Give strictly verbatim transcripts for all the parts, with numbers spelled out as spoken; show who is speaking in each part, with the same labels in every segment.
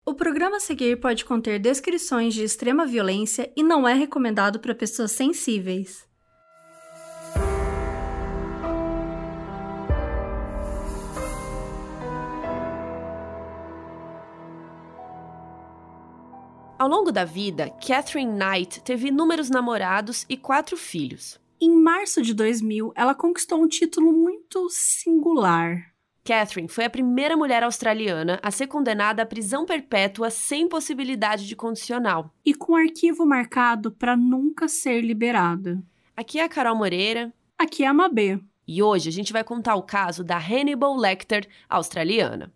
Speaker 1: O programa a seguir pode conter descrições de extrema violência e não é recomendado para pessoas sensíveis.
Speaker 2: Ao longo da vida, Katherine Knight teve inúmeros namorados e quatro filhos.
Speaker 1: Em março de dois mil, ela conquistou um título muito singular.
Speaker 2: Katherine foi a primeira mulher australiana a ser condenada à prisão perpétua sem possibilidade de condicional.
Speaker 1: E com arquivo marcado para nunca ser liberada.
Speaker 2: Aqui é a Carol Moreira.
Speaker 1: Aqui é a Mabê.
Speaker 2: E hoje a gente vai contar o caso da Hannibal Lecter, australiana.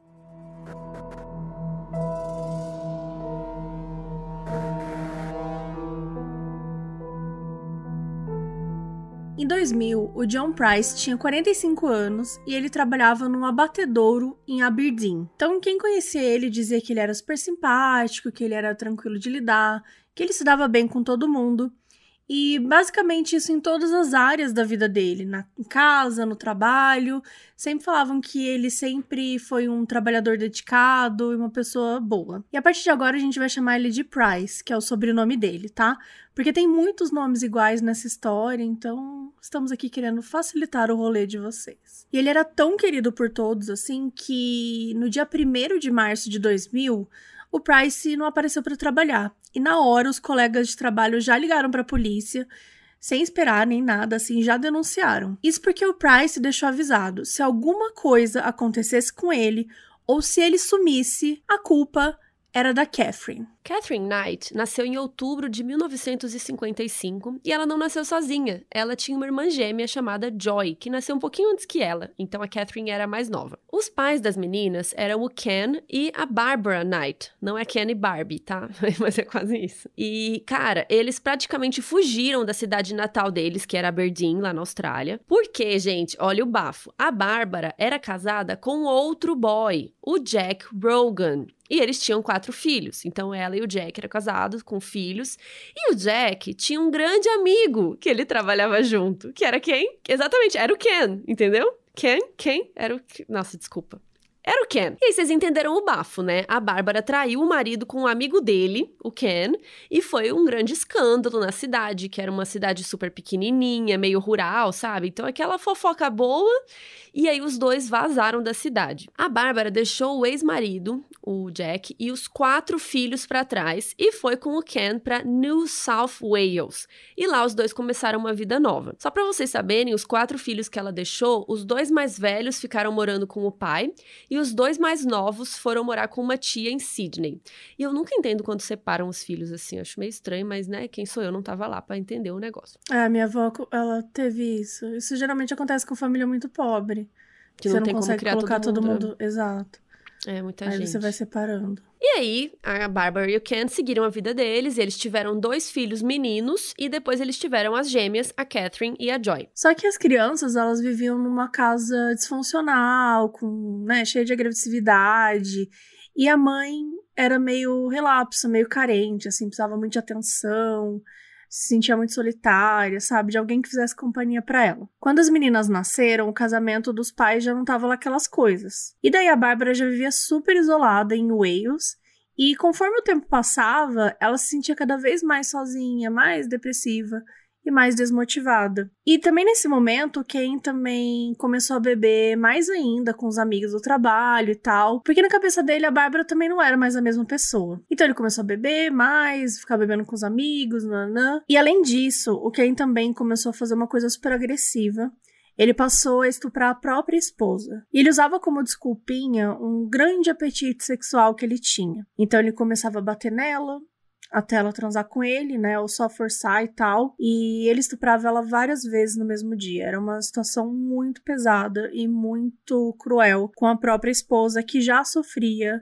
Speaker 1: Em dois mil, o John Price tinha quarenta e cinco anos e ele trabalhava num abatedouro em Aberdeen. Então, quem conhecia ele dizia que ele era super simpático, que ele era tranquilo de lidar, que ele se dava bem com todo mundo. E, basicamente, isso em todas as áreas da vida dele, na em casa, no trabalho. Sempre falavam que ele sempre foi um trabalhador dedicado e uma pessoa boa. E a partir de agora a gente vai chamar ele de Price, que é o sobrenome dele, tá? Porque tem muitos nomes iguais nessa história, então estamos aqui querendo facilitar o rolê de vocês. E ele era tão querido por todos, assim, que no dia primeiro de março de dois mil... o Price não apareceu para trabalhar. E na hora, os colegas de trabalho já ligaram para a polícia, sem esperar nem nada, assim, já denunciaram. Isso porque o Price deixou avisado, se alguma coisa acontecesse com ele, ou se ele sumisse, a culpa era da Katherine.
Speaker 2: Katherine Knight nasceu em outubro de mil novecentos e cinquenta e cinco e ela não nasceu sozinha. Ela tinha uma irmã gêmea chamada Joy, que nasceu um pouquinho antes que ela, então a Katherine era a mais nova. Os pais das meninas eram o Ken e a Barbara Knight. Não é Ken e Barbie, tá? Mas é quase isso. E, cara, eles praticamente fugiram da cidade natal deles, que era Aberdeen, lá na Austrália. Porque, gente, olha o bafo. A Bárbara era casada com outro boy, o Jack Brogan. E eles tinham quatro filhos, então ela e o Jack eram casados, com filhos. E o Jack tinha um grande amigo que ele trabalhava junto, que era quem? Exatamente, era o Ken, entendeu? Ken? Quem? Era o... Nossa, desculpa. Era o Ken. E aí vocês entenderam o bafo, né? A Bárbara traiu o marido com um amigo dele, o Ken, e foi um grande escândalo na cidade, que era uma cidade super pequenininha, meio rural, sabe? Então aquela fofoca boa, e aí os dois vazaram da cidade. A Bárbara deixou o ex-marido, o Jack, e os quatro filhos pra trás, e foi com o Ken pra New South Wales. E lá os dois começaram uma vida nova. Só pra vocês saberem, os quatro filhos que ela deixou, os dois mais velhos ficaram morando com o pai, e os dois mais novos foram morar com uma tia em Sydney. E eu nunca entendo quando separam os filhos assim, eu acho meio estranho, mas né, quem sou eu não tava lá pra entender o negócio.
Speaker 1: É, minha avó, ela teve isso. Isso geralmente acontece com família muito pobre.
Speaker 2: Que
Speaker 1: você
Speaker 2: não
Speaker 1: não
Speaker 2: tem
Speaker 1: consegue
Speaker 2: como criar
Speaker 1: colocar
Speaker 2: todo
Speaker 1: todo
Speaker 2: mundo.
Speaker 1: mundo. Exato.
Speaker 2: É, muita
Speaker 1: Aí
Speaker 2: gente.
Speaker 1: você vai separando.
Speaker 2: E aí, a Bárbara e o Ken seguiram a vida deles, e eles tiveram dois filhos meninos, e depois eles tiveram as gêmeas, a Katherine e a Joy.
Speaker 1: Só que as crianças, elas viviam numa casa disfuncional, com, né, cheia de agressividade, e a mãe era meio relapsa, meio carente, assim, precisava muito de atenção, se sentia muito solitária, sabe, de alguém que fizesse companhia pra ela. Quando as meninas nasceram, o casamento dos pais já não tava lá aquelas coisas. E daí a Bárbara já vivia super isolada em Wales, e conforme o tempo passava, ela se sentia cada vez mais sozinha, mais depressiva e mais desmotivada. E também nesse momento, o Ken também começou a beber mais ainda com os amigos do trabalho e tal, porque na cabeça dele a Bárbara também não era mais a mesma pessoa. Então ele começou a beber mais, ficar bebendo com os amigos, nanã. E além disso, o Ken também começou a fazer uma coisa super agressiva. Ele passou a estuprar a própria esposa. E ele usava como desculpinha um grande apetite sexual que ele tinha. Então ele começava a bater nela, até ela transar com ele, né, ou só forçar e tal, e ele estuprava ela várias vezes no mesmo dia. Era uma situação muito pesada e muito cruel com a própria esposa, que já sofria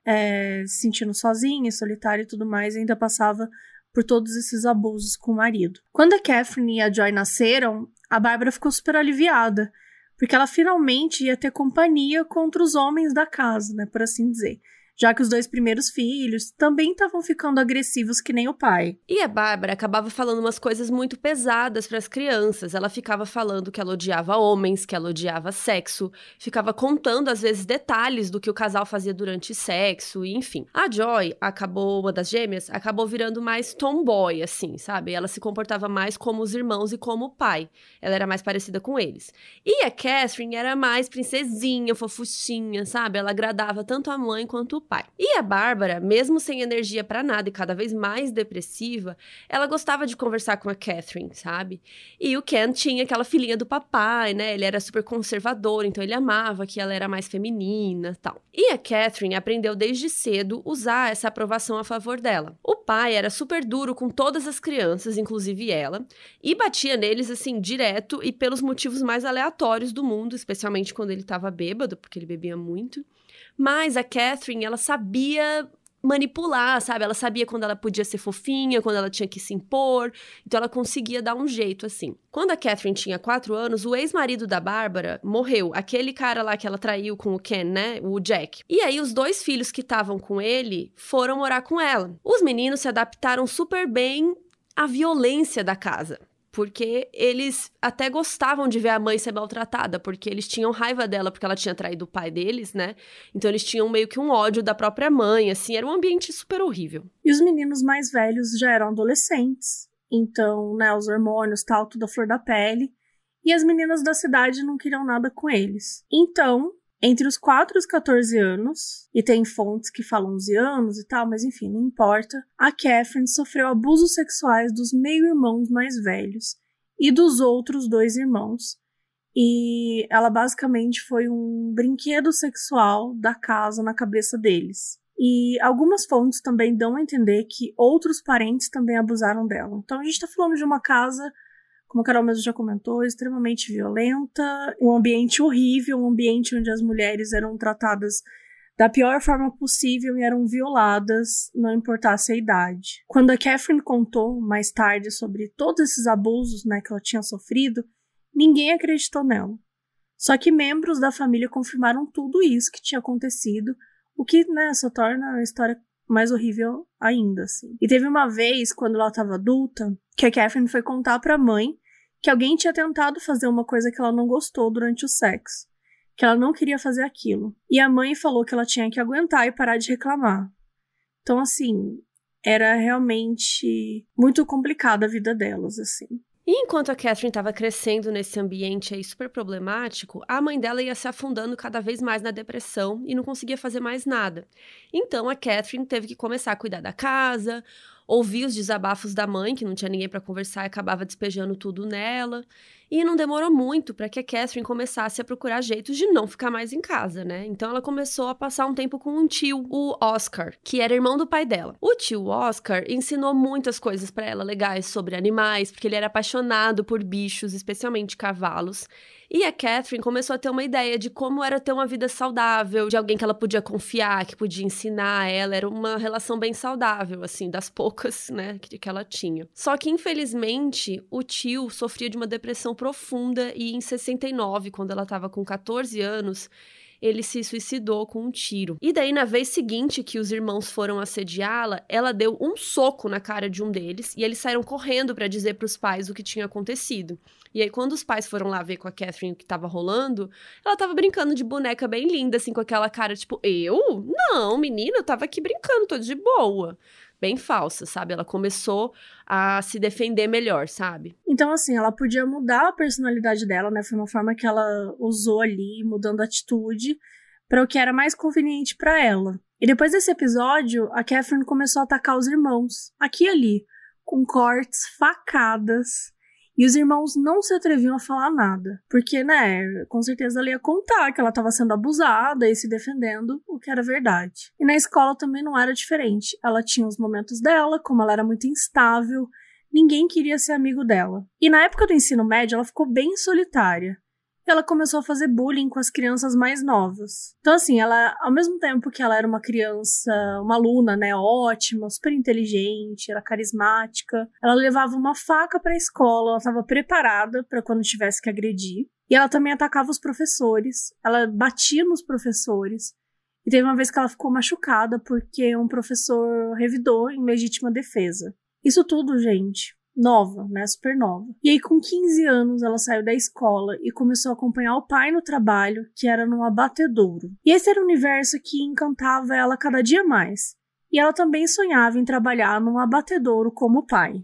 Speaker 1: é, se sentindo sozinha, solitária e tudo mais, e ainda passava por todos esses abusos com o marido. Quando a Katherine e a Joy nasceram, a Bárbara ficou super aliviada, porque ela finalmente ia ter companhia contra os homens da casa, né, por assim dizer. já que os dois primeiros filhos também estavam ficando agressivos que nem o pai.
Speaker 2: E a Bárbara acabava falando umas coisas muito pesadas para as crianças. Ela ficava falando que ela odiava homens, que ela odiava sexo, ficava contando às vezes detalhes do que o casal fazia durante sexo, e enfim. A Joy acabou, uma das gêmeas, acabou virando mais tomboy, assim, sabe? Ela se comportava mais como os irmãos e como o pai. Ela era mais parecida com eles. E a Catherine era mais princesinha, fofuchinha, sabe? Ela agradava tanto a mãe quanto o pai. E a Bárbara, mesmo sem energia pra nada e cada vez mais depressiva, ela gostava de conversar com a Catherine, sabe? E o Ken tinha aquela filhinha do papai, né? Ele era super conservador, então ele amava que ela era mais feminina e tal. E a Catherine aprendeu desde cedo usar essa aprovação a favor dela. O pai era super duro com todas as crianças, inclusive ela, e batia neles, assim, direto e pelos motivos mais aleatórios do mundo, especialmente quando ele estava bêbado, porque ele bebia muito. Mas a Catherine, ela sabia manipular, sabe? Ela sabia quando ela podia ser fofinha, quando ela tinha que se impor. Então, ela conseguia dar um jeito, assim. Quando a Catherine tinha quatro anos, o ex-marido da Bárbara morreu. Aquele cara lá que ela traiu com o Ken, né? O Jack. E aí, os dois filhos que estavam com ele foram morar com ela. Os meninos se adaptaram super bem à violência da casa. Porque eles até gostavam de ver a mãe ser maltratada, porque eles tinham raiva dela, porque ela tinha traído o pai deles, né? Então eles tinham meio que um ódio da própria mãe, assim, era um ambiente super horrível.
Speaker 1: E os meninos mais velhos já eram adolescentes, então, né, os hormônios, tal, tudo à flor da pele, e as meninas da cidade não queriam nada com eles. Então, entre os quatro e os quatorze anos, e tem fontes que falam onze anos e tal, mas enfim, não importa, a Catherine sofreu abusos sexuais dos meio-irmãos mais velhos e dos outros dois irmãos. E ela basicamente foi um brinquedo sexual da casa na cabeça deles. E algumas fontes também dão a entender que outros parentes também abusaram dela. Então a gente tá falando de uma casa, como a Carol mesmo já comentou, extremamente violenta, um ambiente horrível, um ambiente onde as mulheres eram tratadas da pior forma possível e eram violadas, não importasse a idade. Quando a Catherine contou mais tarde sobre todos esses abusos, né, que ela tinha sofrido, ninguém acreditou nela. Só que membros da família confirmaram tudo isso que tinha acontecido, o que, né, só torna a história mais horrível ainda, assim. E teve uma vez, quando ela estava adulta, que a Catherine foi contar pra mãe que alguém tinha tentado fazer uma coisa que ela não gostou durante o sexo, que ela não queria fazer aquilo. E a mãe falou que ela tinha que aguentar e parar de reclamar. Então, assim, era realmente muito complicada a vida delas, assim.
Speaker 2: E enquanto a Catherine estava crescendo nesse ambiente aí super problemático, a mãe dela ia se afundando cada vez mais na depressão e não conseguia fazer mais nada. Então a Catherine teve que começar a cuidar da casa, ouvir os desabafos da mãe, que não tinha ninguém para conversar e acabava despejando tudo nela. E não demorou muito para que a Catherine começasse a procurar jeitos de não ficar mais em casa, né? Então ela começou a passar um tempo com um tio, o Oscar, que era irmão do pai dela. O tio Oscar ensinou muitas coisas para ela legais sobre animais, porque ele era apaixonado por bichos, especialmente cavalos. E a Catherine começou a ter uma ideia de como era ter uma vida saudável, de alguém que ela podia confiar, que podia ensinar ela. Era uma relação bem saudável, assim, das poucas, né, que, que ela tinha. Só que, infelizmente, o tio sofria de uma depressão profunda e em sessenta e nove, quando ela estava com quatorze anos, ele se suicidou com um tiro. E daí, na vez seguinte que os irmãos foram assediá-la, ela deu um soco na cara de um deles e eles saíram correndo para dizer para os pais o que tinha acontecido. E aí, quando os pais foram lá ver com a Catherine o que tava rolando, ela tava brincando de boneca bem linda, assim, com aquela cara, tipo, eu? Não, menina, eu tava aqui brincando, tô de boa. Bem falsa, sabe? Ela começou a se defender melhor, sabe?
Speaker 1: Então, assim, ela podia mudar a personalidade dela, né? Foi uma forma que ela usou ali, mudando a atitude, para o que era mais conveniente para ela. E depois desse episódio, a Catherine começou a atacar os irmãos, aqui e ali, com cortes, facadas. E os irmãos não se atreviam a falar nada. Porque, né, com certeza ela ia contar que ela estava sendo abusada e se defendendo, o que era verdade. E na escola também não era diferente. Ela tinha os momentos dela, como ela era muito instável, ninguém queria ser amigo dela. E na época do ensino médio, ela ficou bem solitária. Ela começou a fazer bullying com as crianças mais novas. Então, assim, ela, ao mesmo tempo que ela era uma criança, uma aluna, né, ótima, super inteligente, era carismática, ela levava uma faca pra escola, ela estava preparada para quando tivesse que agredir. E ela também atacava os professores, ela batia nos professores. E teve uma vez que ela ficou machucada porque um professor revidou em legítima defesa. Isso tudo, gente, nova, né? Super nova. E aí, com quinze anos, ela saiu da escola e começou a acompanhar o pai no trabalho, que era num abatedouro. E esse era um universo que encantava ela cada dia mais. E ela também sonhava em trabalhar num abatedouro como pai.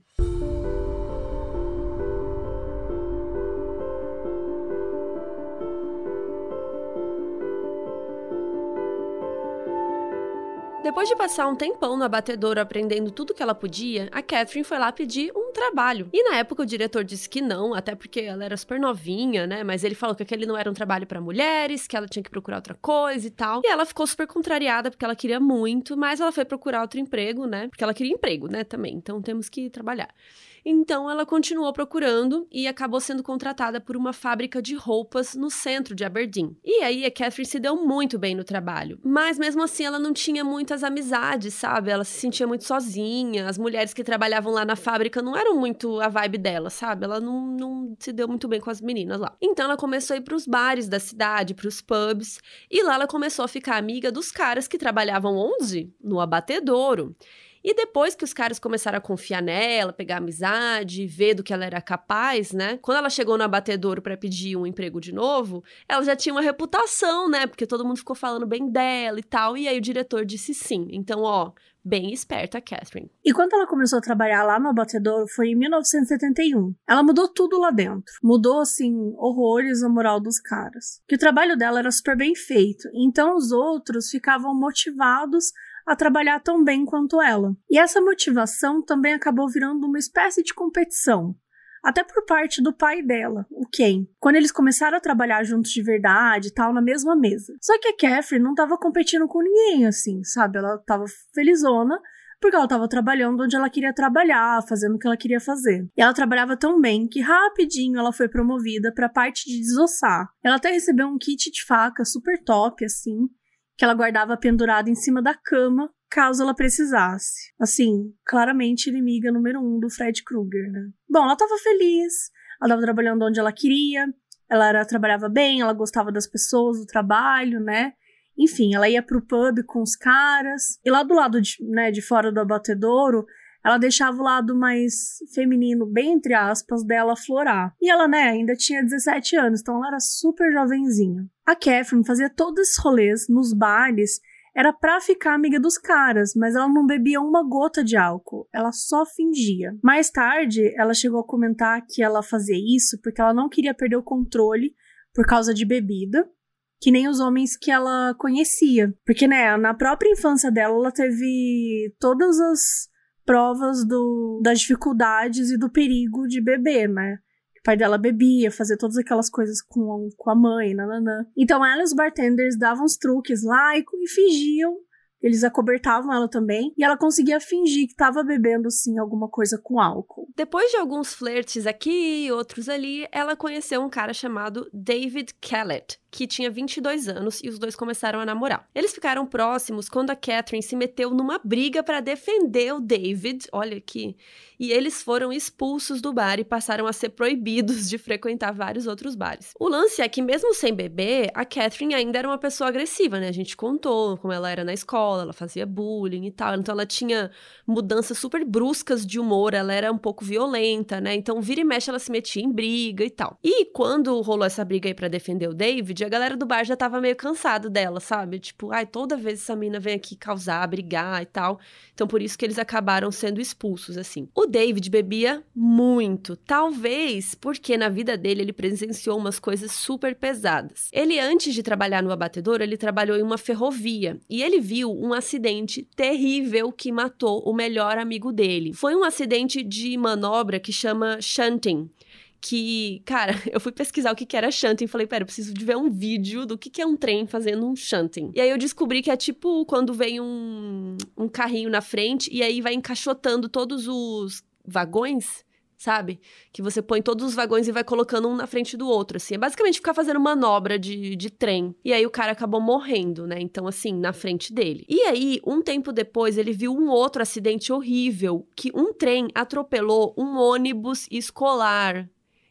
Speaker 2: Depois de passar um tempão no abatedouro aprendendo tudo que ela podia, a Catherine foi lá pedir um trabalho. E na época o diretor disse que não, até porque ela era super novinha, né? Mas ele falou que aquele não era um trabalho pra mulheres, que ela tinha que procurar outra coisa e tal. E ela ficou super contrariada porque ela queria muito, mas ela foi procurar outro emprego, né? Porque ela queria emprego, né, também. Então temos que trabalhar. Então ela continuou procurando e acabou sendo contratada por uma fábrica de roupas no centro de Aberdeen. E aí a Catherine se deu muito bem no trabalho, mas mesmo assim ela não tinha muitas amizades, sabe? Ela se sentia muito sozinha, as mulheres que trabalhavam lá na fábrica não eram muito a vibe dela, sabe? Ela não, não se deu muito bem com as meninas lá. Então ela começou a ir pros bares da cidade, pros pubs, e lá ela começou a ficar amiga dos caras que trabalhavam onde? No abatedouro. E depois que os caras começaram a confiar nela, pegar amizade, ver do que ela era capaz, né? Quando ela chegou no abatedouro pra pedir um emprego de novo, ela já tinha uma reputação, né? Porque todo mundo ficou falando bem dela e tal. E aí o diretor disse sim. Então, ó, bem esperta a Catherine.
Speaker 1: E quando ela começou a trabalhar lá no abatedouro, foi em mil novecentos e setenta e um. Ela mudou tudo lá dentro. Mudou, assim, horrores a moral dos caras. Que o trabalho dela era super bem feito. Então os outros ficavam motivados a trabalhar tão bem quanto ela. E essa motivação também acabou virando uma espécie de competição. Até por parte do pai dela, o Ken. Quando eles começaram a trabalhar juntos de verdade e tal, na mesma mesa. Só que a Catherine não tava competindo com ninguém, assim, sabe? Ela tava felizona, porque ela tava trabalhando onde ela queria trabalhar, fazendo o que ela queria fazer. E ela trabalhava tão bem que rapidinho ela foi promovida pra parte de desossar. Ela até recebeu um kit de faca super top, assim, que ela guardava pendurado em cima da cama, caso ela precisasse. Assim, claramente inimiga número um do Fred Krueger, né? Bom, ela tava feliz, ela tava trabalhando onde ela queria, ela era, trabalhava bem, ela gostava das pessoas, do trabalho, né? Enfim, ela ia pro pub com os caras, e lá do lado de, né, de fora do abatedouro, ela deixava o lado mais feminino, bem entre aspas, dela aflorar. E ela, né, ainda tinha dezessete anos, então ela era super jovenzinha. A Catherine fazia todos esses rolês nos bares, era pra ficar amiga dos caras, mas ela não bebia uma gota de álcool, ela só fingia. Mais tarde, ela chegou a comentar que ela fazia isso porque ela não queria perder o controle por causa de bebida, que nem os homens que ela conhecia. Porque, né, na própria infância dela, ela teve todas as provas do, das dificuldades e do perigo de beber, né? O pai dela bebia, fazia todas aquelas coisas com, com a mãe, nananã. Então ela e os bartenders davam uns truques lá e, e fingiam, eles acobertavam ela também, e ela conseguia fingir que tava bebendo, sim, alguma coisa com álcool.
Speaker 2: Depois de alguns flertes aqui e outros ali, ela conheceu um cara chamado David Kellett, que tinha vinte e dois anos, e os dois começaram a namorar. Eles ficaram próximos quando a Catherine se meteu numa briga para defender o David, olha aqui, e eles foram expulsos do bar e passaram a ser proibidos de frequentar vários outros bares. O lance é que mesmo sem beber, a Catherine ainda era uma pessoa agressiva, né? A gente contou como ela era na escola, ela fazia bullying e tal, então ela tinha mudanças super bruscas de humor, ela era um pouco violenta, né? Então vira e mexe ela se metia em briga e tal. E quando rolou essa briga aí pra defender o David, a galera do bar já tava meio cansado dela, sabe? Tipo, ai, toda vez essa mina vem aqui causar, brigar e tal. Então, por isso que eles acabaram sendo expulsos, assim. O David bebia muito. Talvez porque na vida dele ele presenciou umas coisas super pesadas. Ele, antes de trabalhar no abatedouro, ele trabalhou em uma ferrovia. E ele viu um acidente terrível que matou o melhor amigo dele. Foi um acidente de manobra que chama shunting. Que, cara, eu fui pesquisar o que que era shunting e falei, pera, eu preciso de ver um vídeo do que que é um trem fazendo um shunting. E aí eu descobri que é tipo quando vem um, um carrinho na frente e aí vai encaixotando todos os vagões, sabe? Que você põe todos os vagões e vai colocando um na frente do outro, assim. É basicamente ficar fazendo manobra de, de trem. E aí o cara acabou morrendo, né? Então, assim, na frente dele. E aí, um tempo depois, ele viu um outro acidente horrível, que um trem atropelou um ônibus escolar.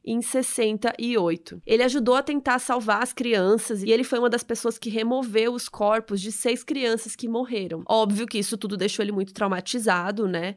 Speaker 2: em sessenta e oito. Ele ajudou a tentar salvar as crianças e ele foi uma das pessoas que removeu os corpos de seis crianças que morreram. Óbvio que isso tudo deixou ele muito traumatizado, né?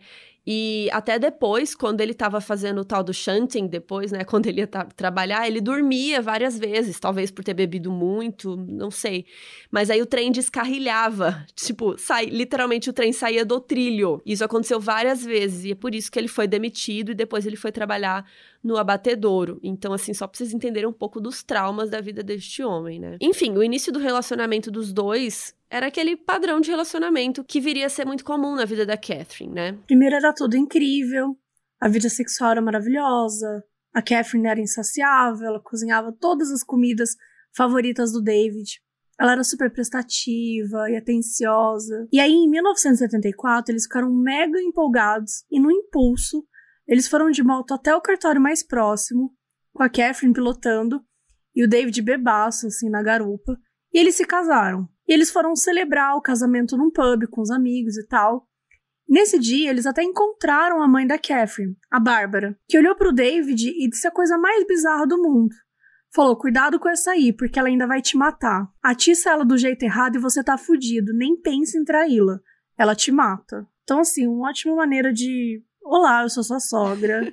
Speaker 2: E até depois, quando ele tava fazendo o tal do shunting, depois, né, quando ele ia tra- trabalhar, ele dormia várias vezes, talvez por ter bebido muito, não sei. Mas aí o trem descarrilhava, tipo, sai, literalmente o trem saía do trilho. Isso aconteceu várias vezes e é por isso que ele foi demitido e depois ele foi trabalhar no abatedouro. Então, assim, só pra vocês entenderem um pouco dos traumas da vida deste homem, né? Enfim, o início do relacionamento dos dois era aquele padrão de relacionamento que viria a ser muito comum na vida da Catherine, né?
Speaker 1: Primeiro era tudo incrível, a vida sexual era maravilhosa, a Catherine era insaciável, ela cozinhava todas as comidas favoritas do David. Ela era super prestativa e atenciosa. E aí, em mil novecentos e setenta e quatro, eles ficaram mega empolgados e, no impulso, eles foram de moto até o cartório mais próximo, com a Catherine pilotando e o David bebaço, assim, na garupa. E eles se casaram. E eles foram celebrar o casamento num pub com os amigos e tal. E nesse dia, eles até encontraram a mãe da Catherine, a Bárbara, que olhou pro David e disse a coisa mais bizarra do mundo. Falou, cuidado com essa aí, porque ela ainda vai te matar. Atiça ela do jeito errado e você tá fudido. Nem pense em traí-la. Ela te mata. Então, assim, uma ótima maneira de... Olá, eu sou sua sogra.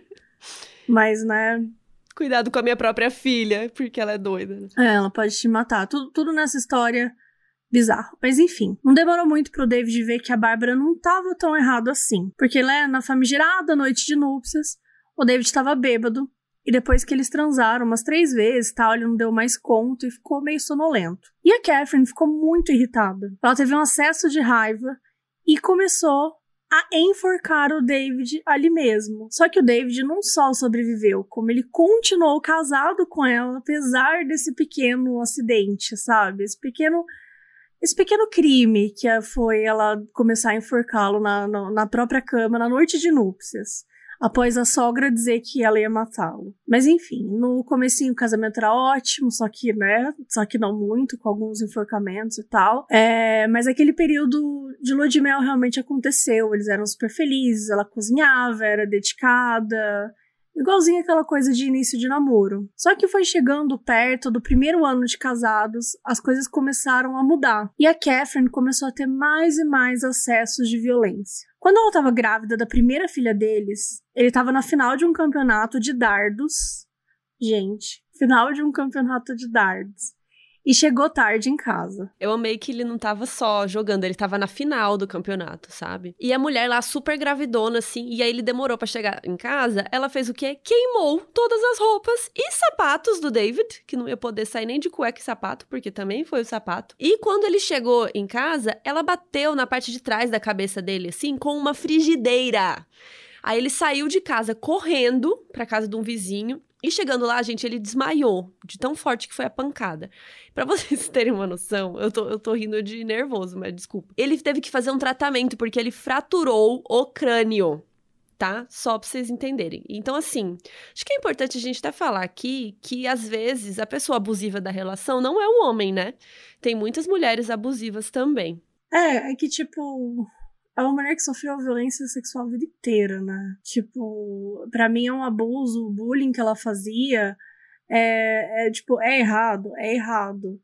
Speaker 1: Mas, né...
Speaker 2: Cuidado com a minha própria filha, porque ela é doida. Né?
Speaker 1: É, ela pode te matar. Tudo, tudo nessa história bizarro. Mas, enfim, não demorou muito pro David ver que a Bárbara não tava tão errado assim. Porque, né, na famigerada noite de núpcias, o David tava bêbado. E depois que eles transaram umas três vezes, tal, ele não deu mais conta e ficou meio sonolento. E a Catherine ficou muito irritada. Ela teve um acesso de raiva e começou a enforcar o David ali mesmo. Só que o David não só sobreviveu, como ele continuou casado com ela, apesar desse pequeno acidente, sabe? Esse pequeno, esse pequeno crime que foi ela começar a enforcá-lo na, na, na própria cama na noite de núpcias, após a sogra dizer que ela ia matá-lo. Mas enfim, no comecinho o casamento era ótimo, só que, né, só que não muito, com alguns enforcamentos e tal. É, mas aquele período de lua de mel realmente aconteceu, eles eram super felizes, ela cozinhava, era dedicada, igualzinho aquela coisa de início de namoro. Só que foi chegando perto do primeiro ano de casados, as coisas começaram a mudar. E a Catherine começou a ter mais e mais acessos de violência. Quando ela estava grávida da primeira filha deles, ele estava na final de um campeonato de dardos. Gente, final de um campeonato de dardos. E chegou tarde em casa.
Speaker 2: Eu amei que ele não tava só jogando, ele tava na final do campeonato, sabe? E a mulher lá super gravidona, assim, e aí ele demorou pra chegar em casa, ela fez o quê? Queimou todas as roupas e sapatos do David, que não ia poder sair nem de cueca e sapato, porque também foi o sapato. E quando ele chegou em casa, ela bateu na parte de trás da cabeça dele, assim, com uma frigideira. Aí ele saiu de casa correndo pra casa de um vizinho. E chegando lá, gente, ele desmaiou de tão forte que foi a pancada. Pra vocês terem uma noção, eu tô, eu tô rindo de nervoso, mas desculpa. Ele teve que fazer um tratamento porque ele fraturou o crânio, tá? Só pra vocês entenderem. Então, assim, acho que é importante a gente até falar aqui que, às vezes, a pessoa abusiva da relação não é um homem, né? Tem muitas mulheres abusivas também.
Speaker 1: É, é que, tipo... É uma mulher que sofreu violência sexual a vida inteira, né? Tipo, pra mim é um abuso, o bullying que ela fazia é, é, tipo, é errado, é errado.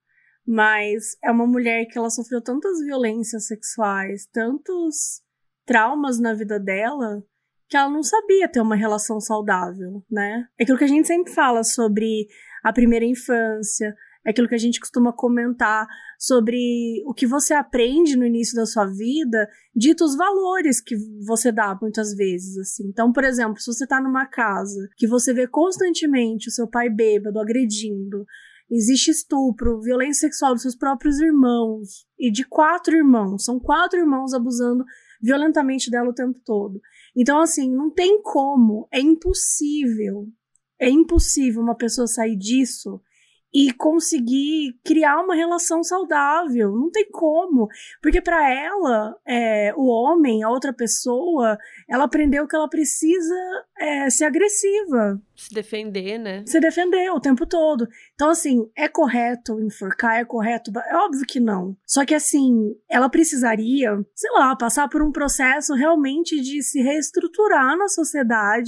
Speaker 1: Mas é uma mulher que ela sofreu tantas violências sexuais, tantos traumas na vida dela, que ela não sabia ter uma relação saudável, né? É aquilo que a gente sempre fala sobre a primeira infância, é aquilo que a gente costuma comentar sobre o que você aprende no início da sua vida, dito os valores que você dá muitas vezes, assim. Então, por exemplo, se você tá numa casa que você vê constantemente o seu pai bêbado, agredindo, existe estupro, violência sexual dos seus próprios irmãos, e de quatro irmãos, são quatro irmãos abusando violentamente dela o tempo todo. Então, assim, não tem como, é impossível, é impossível uma pessoa sair disso e conseguir criar uma relação saudável. Não tem como. Porque para ela, é, o homem, a outra pessoa, ela aprendeu que ela precisa é, ser agressiva.
Speaker 2: Se defender, né?
Speaker 1: Se defender o tempo todo. Então, assim, é correto enforcar? É correto? É óbvio que não. Só que, assim, ela precisaria, sei lá, passar por um processo realmente de se reestruturar na sociedade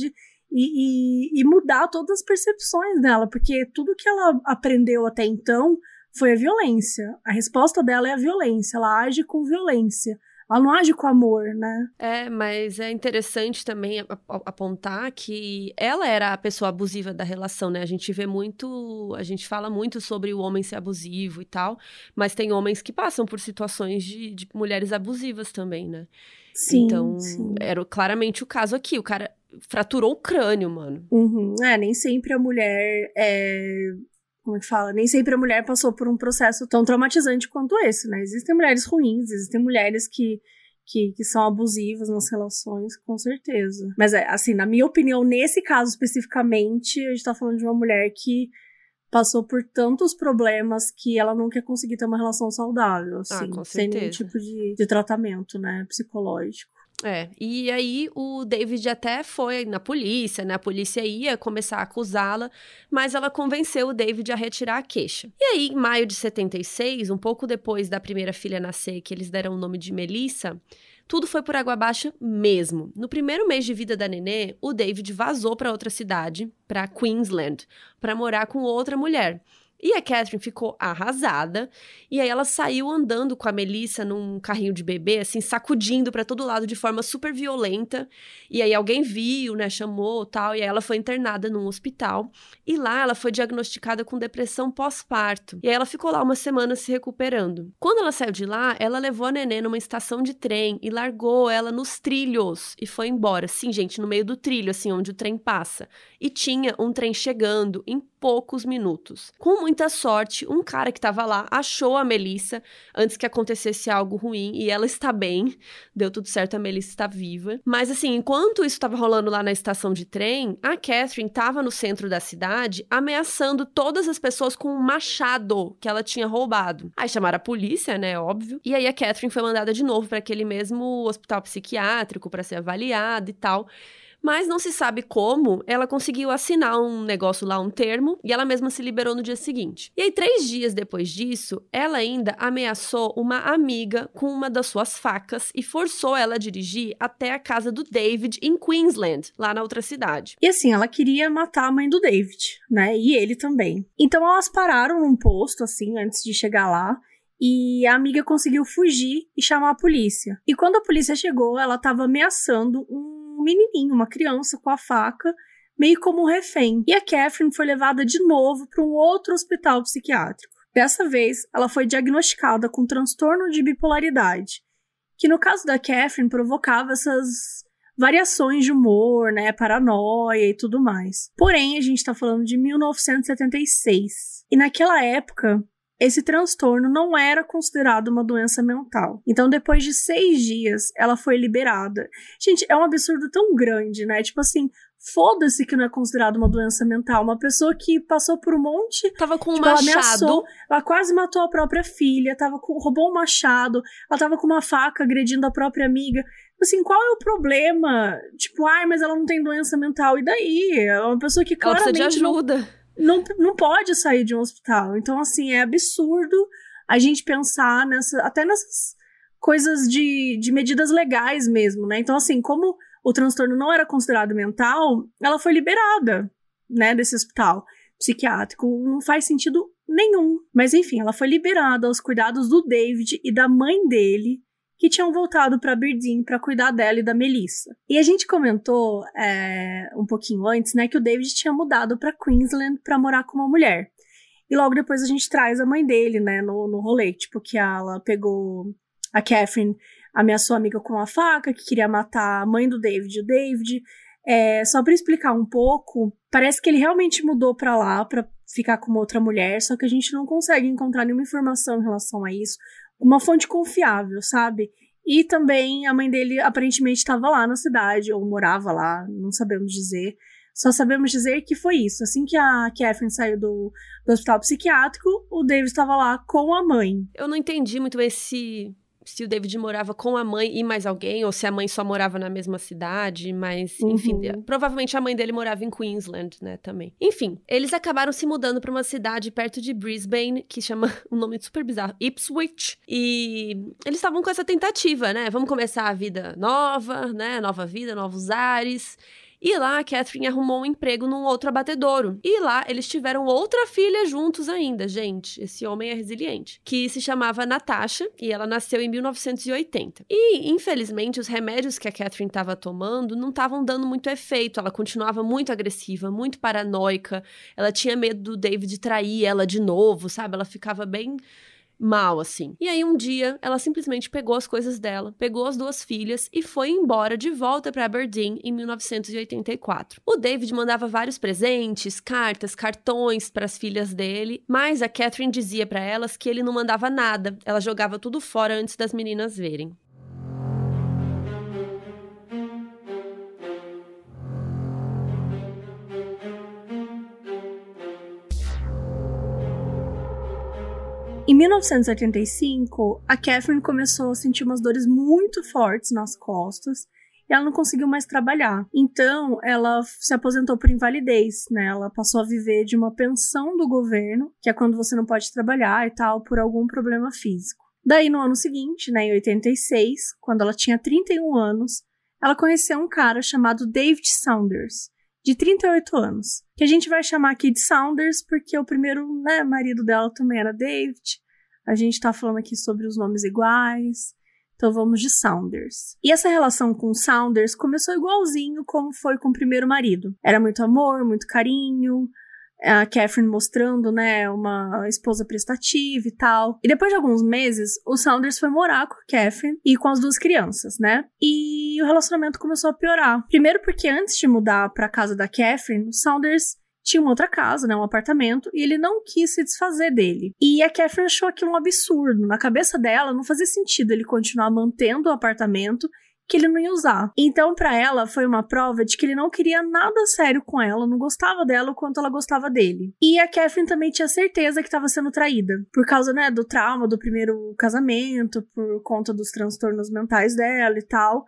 Speaker 1: e, e, e mudar todas as percepções dela, porque tudo que ela aprendeu até então foi a violência. A resposta dela é a violência, ela age com violência. Ela não age com amor, né?
Speaker 2: É, mas é interessante também apontar que ela era a pessoa abusiva da relação, né? A gente vê muito, a gente fala muito sobre o homem ser abusivo e tal, mas tem homens que passam por situações de, de mulheres abusivas também, né?
Speaker 1: Sim,
Speaker 2: então,
Speaker 1: sim.
Speaker 2: Era claramente o caso aqui. O cara fraturou o crânio, mano.
Speaker 1: Uhum. É, nem sempre a mulher é... Como é que fala? Nem sempre a mulher passou por um processo tão traumatizante quanto esse, né? Existem mulheres ruins, existem mulheres que, que, que são abusivas nas relações, com certeza. Mas, é, assim, na minha opinião, nesse caso especificamente, a gente tá falando de uma mulher que passou por tantos problemas que ela não quer conseguir ter uma relação saudável, assim.
Speaker 2: Ah, com
Speaker 1: sem
Speaker 2: certeza.
Speaker 1: nenhum tipo de, de tratamento, né? Psicológico.
Speaker 2: É, e aí o David até foi na polícia, né? A polícia ia começar a acusá-la, mas ela convenceu o David a retirar a queixa. E aí, em maio de setenta e seis, um pouco depois da primeira filha nascer, que eles deram o nome de Melissa, tudo foi por água abaixo mesmo. No primeiro mês de vida da nenê, o David vazou para outra cidade, para Queensland, para morar com outra mulher. E a Catherine ficou arrasada, e aí ela saiu andando com a Melissa num carrinho de bebê, assim, sacudindo pra todo lado de forma super violenta. E aí alguém viu, né, chamou tal, e aí ela foi internada num hospital. E lá ela foi diagnosticada com depressão pós-parto. E aí ela ficou lá uma semana se recuperando. Quando ela saiu de lá, ela levou a nenê numa estação de trem e largou ela nos trilhos e foi embora. Sim, gente, no meio do trilho, assim, onde o trem passa. E tinha um trem chegando em poucos minutos. Com muita sorte, um cara que estava lá achou a Melissa antes que acontecesse algo ruim e ela está bem. Deu tudo certo, a Melissa está viva. Mas assim, enquanto isso estava rolando lá na estação de trem, a Catherine estava no centro da cidade ameaçando todas as pessoas com um machado que ela tinha roubado. Aí chamaram a polícia, né, óbvio. E aí a Catherine foi mandada de novo para aquele mesmo hospital psiquiátrico para ser avaliada e tal. Mas não se sabe como ela conseguiu assinar um negócio lá, um termo, e ela mesma se liberou no dia seguinte. E aí, três dias depois disso, ela ainda ameaçou uma amiga com uma das suas facas e forçou ela a dirigir até a casa do David em Queensland, lá na outra cidade.
Speaker 1: E assim, ela queria matar a mãe do David, né? E ele também. Então elas pararam num posto, assim, antes de chegar lá. E a amiga conseguiu fugir e chamar a polícia. E quando a polícia chegou, ela estava ameaçando um um menininho, uma criança com a faca, meio como um refém. E a Catherine foi levada de novo para um outro hospital psiquiátrico. Dessa vez, ela foi diagnosticada com transtorno de bipolaridade, que no caso da Catherine provocava essas variações de humor, né, paranoia e tudo mais. Porém, a gente está falando de mil novecentos e setenta e seis. E naquela época, esse transtorno não era considerado uma doença mental. Então, depois de seis dias, ela foi liberada. Gente, é um absurdo tão grande, né? Tipo assim, foda-se que não é considerado uma doença mental. Uma pessoa que passou por um monte...
Speaker 2: Tava com um
Speaker 1: tipo,
Speaker 2: machado.
Speaker 1: Ela ameaçou, ela quase matou a própria filha, tava com, roubou um machado, ela tava com uma faca agredindo a própria amiga. Assim, qual é o problema? Tipo, ai, mas ela não tem doença mental. E daí? É uma pessoa que claramente...
Speaker 2: Ela precisa de ajuda.
Speaker 1: Não... Não, não pode sair de um hospital. Então, assim, é absurdo a gente pensar nessa, até nessas coisas de, de medidas legais mesmo, né? Então, assim, como o transtorno não era considerado mental, ela foi liberada, né, desse hospital psiquiátrico. Não faz sentido nenhum. Mas, enfim, ela foi liberada aos cuidados do David e da mãe dele, que tinham voltado para Aberdeen para cuidar dela e da Melissa. E a gente comentou é, um pouquinho antes, né, que o David tinha mudado para Queensland para morar com uma mulher. E logo depois a gente traz a mãe dele, né, no, no rolê, tipo, que ela pegou a Catherine, ameaçou a amiga com uma faca, que queria matar a mãe do David, o David. É, só para explicar um pouco, parece que ele realmente mudou para lá para ficar com uma outra mulher, só que a gente não consegue encontrar nenhuma informação em relação a isso. Uma fonte confiável, sabe? E também a mãe dele aparentemente estava lá na cidade, ou morava lá, não sabemos dizer. Só sabemos dizer que foi isso. Assim que a Catherine saiu do, do hospital psiquiátrico, o David estava lá com a mãe.
Speaker 2: Eu não entendi muito bem se, se o David morava com a mãe e mais alguém, ou se a mãe só morava na mesma cidade, mas, enfim, uhum. Provavelmente a mãe dele morava em Queensland, né, também. Enfim, eles acabaram se mudando para uma cidade perto de Brisbane, que chama um nome super bizarro, Ipswich, e eles estavam com essa tentativa, né, vamos começar a vida nova, né, nova vida, novos ares. E lá a Catherine arrumou um emprego num outro abatedouro. E lá eles tiveram outra filha juntos ainda, gente. Esse homem é resiliente. Que se chamava Natasha e ela nasceu em mil novecentos e oitenta. E, infelizmente, os remédios que a Catherine estava tomando não estavam dando muito efeito. Ela continuava muito agressiva, muito paranoica. Ela tinha medo do David trair ela de novo, sabe? Ela ficava bem mal, assim. E aí, um dia, ela simplesmente pegou as coisas dela, pegou as duas filhas e foi embora de volta para Aberdeen em mil novecentos e oitenta e quatro. O David mandava vários presentes, cartas, cartões para as filhas dele, mas a Catherine dizia para elas que ele não mandava nada. Ela jogava tudo fora antes das meninas verem.
Speaker 1: Em mil novecentos e oitenta e cinco, a Catherine começou a sentir umas dores muito fortes nas costas e ela não conseguiu mais trabalhar. Então, ela se aposentou por invalidez, né? Ela passou a viver de uma pensão do governo, que é quando você não pode trabalhar e tal, por algum problema físico. Daí, no ano seguinte, né, em oitenta e seis, quando ela tinha trinta e um anos, ela conheceu um cara chamado David Saunders, de trinta e oito anos, que a gente vai chamar aqui de Saunders porque o primeiro, né, marido dela também era David. A gente tá falando aqui sobre os nomes iguais, então vamos de Saunders. E essa relação com Saunders começou igualzinho como foi com o primeiro marido. Era muito amor, muito carinho, a Catherine mostrando, né, uma esposa prestativa e tal. E depois de alguns meses, o Saunders foi morar com a Catherine e com as duas crianças, né? E o relacionamento começou a piorar. Primeiro porque antes de mudar pra casa da Catherine, o Saunders tinha uma outra casa, né, um apartamento, e ele não quis se desfazer dele. E a Catherine achou aquilo um absurdo. Na cabeça dela, não fazia sentido ele continuar mantendo o apartamento que ele não ia usar. Então, pra ela, foi uma prova de que ele não queria nada sério com ela, não gostava dela o quanto ela gostava dele. E a Catherine também tinha certeza que estava sendo traída, por causa, né, do trauma do primeiro casamento, por conta dos transtornos mentais dela e tal.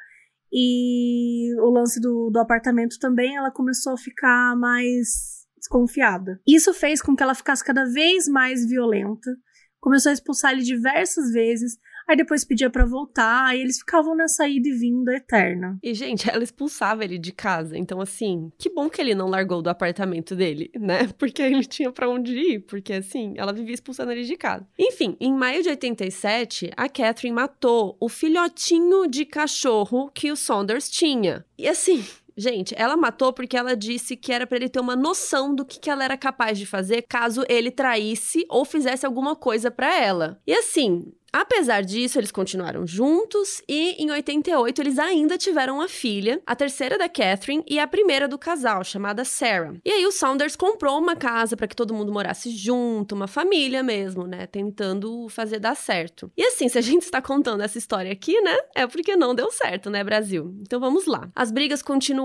Speaker 1: E o lance do, do apartamento também, ela começou a ficar mais desconfiada. Isso fez com que ela ficasse cada vez mais violenta, começou a expulsar ele diversas vezes, aí depois pedia pra voltar, e eles ficavam nessa ida e vinda eterna.
Speaker 2: E, gente, ela expulsava ele de casa, então, assim, que bom que ele não largou do apartamento dele, né? Porque ele tinha pra onde ir, porque, assim, ela vivia expulsando ele de casa. Enfim, em maio de oitenta e sete, a Catherine matou o filhotinho de cachorro que o Saunders tinha. E, assim... Gente, ela matou porque ela disse que era pra ele ter uma noção do que, que ela era capaz de fazer caso ele traísse ou fizesse alguma coisa pra ela. E assim, apesar disso, eles continuaram juntos e em oitenta e oito eles ainda tiveram uma filha, a terceira da Catherine e a primeira do casal, chamada Sarah. E aí o Saunders comprou uma casa pra que todo mundo morasse junto, uma família mesmo, né, tentando fazer dar certo. E assim, se a gente está contando essa história aqui, né, é porque não deu certo, né, Brasil? Então vamos lá. As brigas continuaram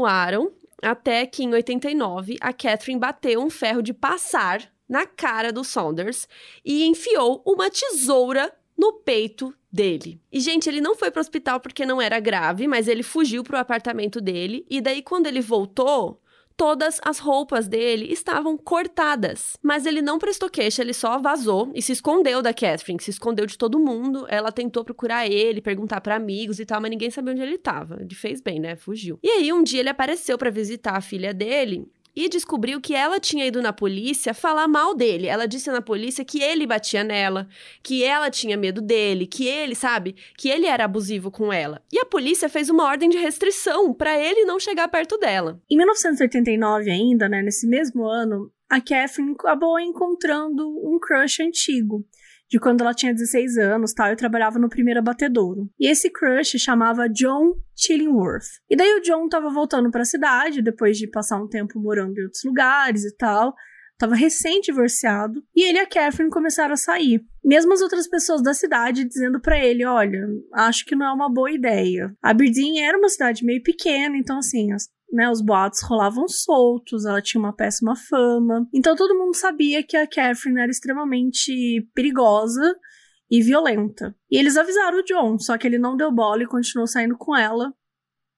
Speaker 2: até que em oitenta e nove a Catherine bateu um ferro de passar na cara do Saunders e enfiou uma tesoura no peito dele. E, gente, ele não foi pro hospital porque não era grave, mas ele fugiu pro apartamento dele e daí quando ele voltou, todas as roupas dele estavam cortadas. Mas ele não prestou queixa, ele só vazou e se escondeu da Catherine, se escondeu de todo mundo. Ela tentou procurar ele, perguntar pra amigos e tal, mas ninguém sabia onde ele tava. Ele fez bem, né? Fugiu. E aí, um dia ele apareceu pra visitar a filha dele e descobriu que ela tinha ido na polícia falar mal dele. Ela disse na polícia que ele batia nela, que ela tinha medo dele, que ele, sabe, que ele era abusivo com ela. E a polícia fez uma ordem de restrição pra ele não chegar perto dela.
Speaker 1: Em mil novecentos e oitenta e nove ainda, né, nesse mesmo ano, a Catherine acabou encontrando um crush antigo, de quando ela tinha dezesseis anos, tal, e trabalhava no primeiro abatedouro. E esse crush chamava John Chillingworth. E daí o John tava voltando pra cidade, depois de passar um tempo morando em outros lugares e tal, tava recém-divorciado, e ele e a Catherine começaram a sair. Mesmo as outras pessoas da cidade dizendo pra ele, olha, acho que não é uma boa ideia. Aberdeen era uma cidade meio pequena, então assim, as né, os boatos rolavam soltos, ela tinha uma péssima fama. Então todo mundo sabia que a Catherine era extremamente perigosa e violenta. E eles avisaram o John, só que ele não deu bola e continuou saindo com ela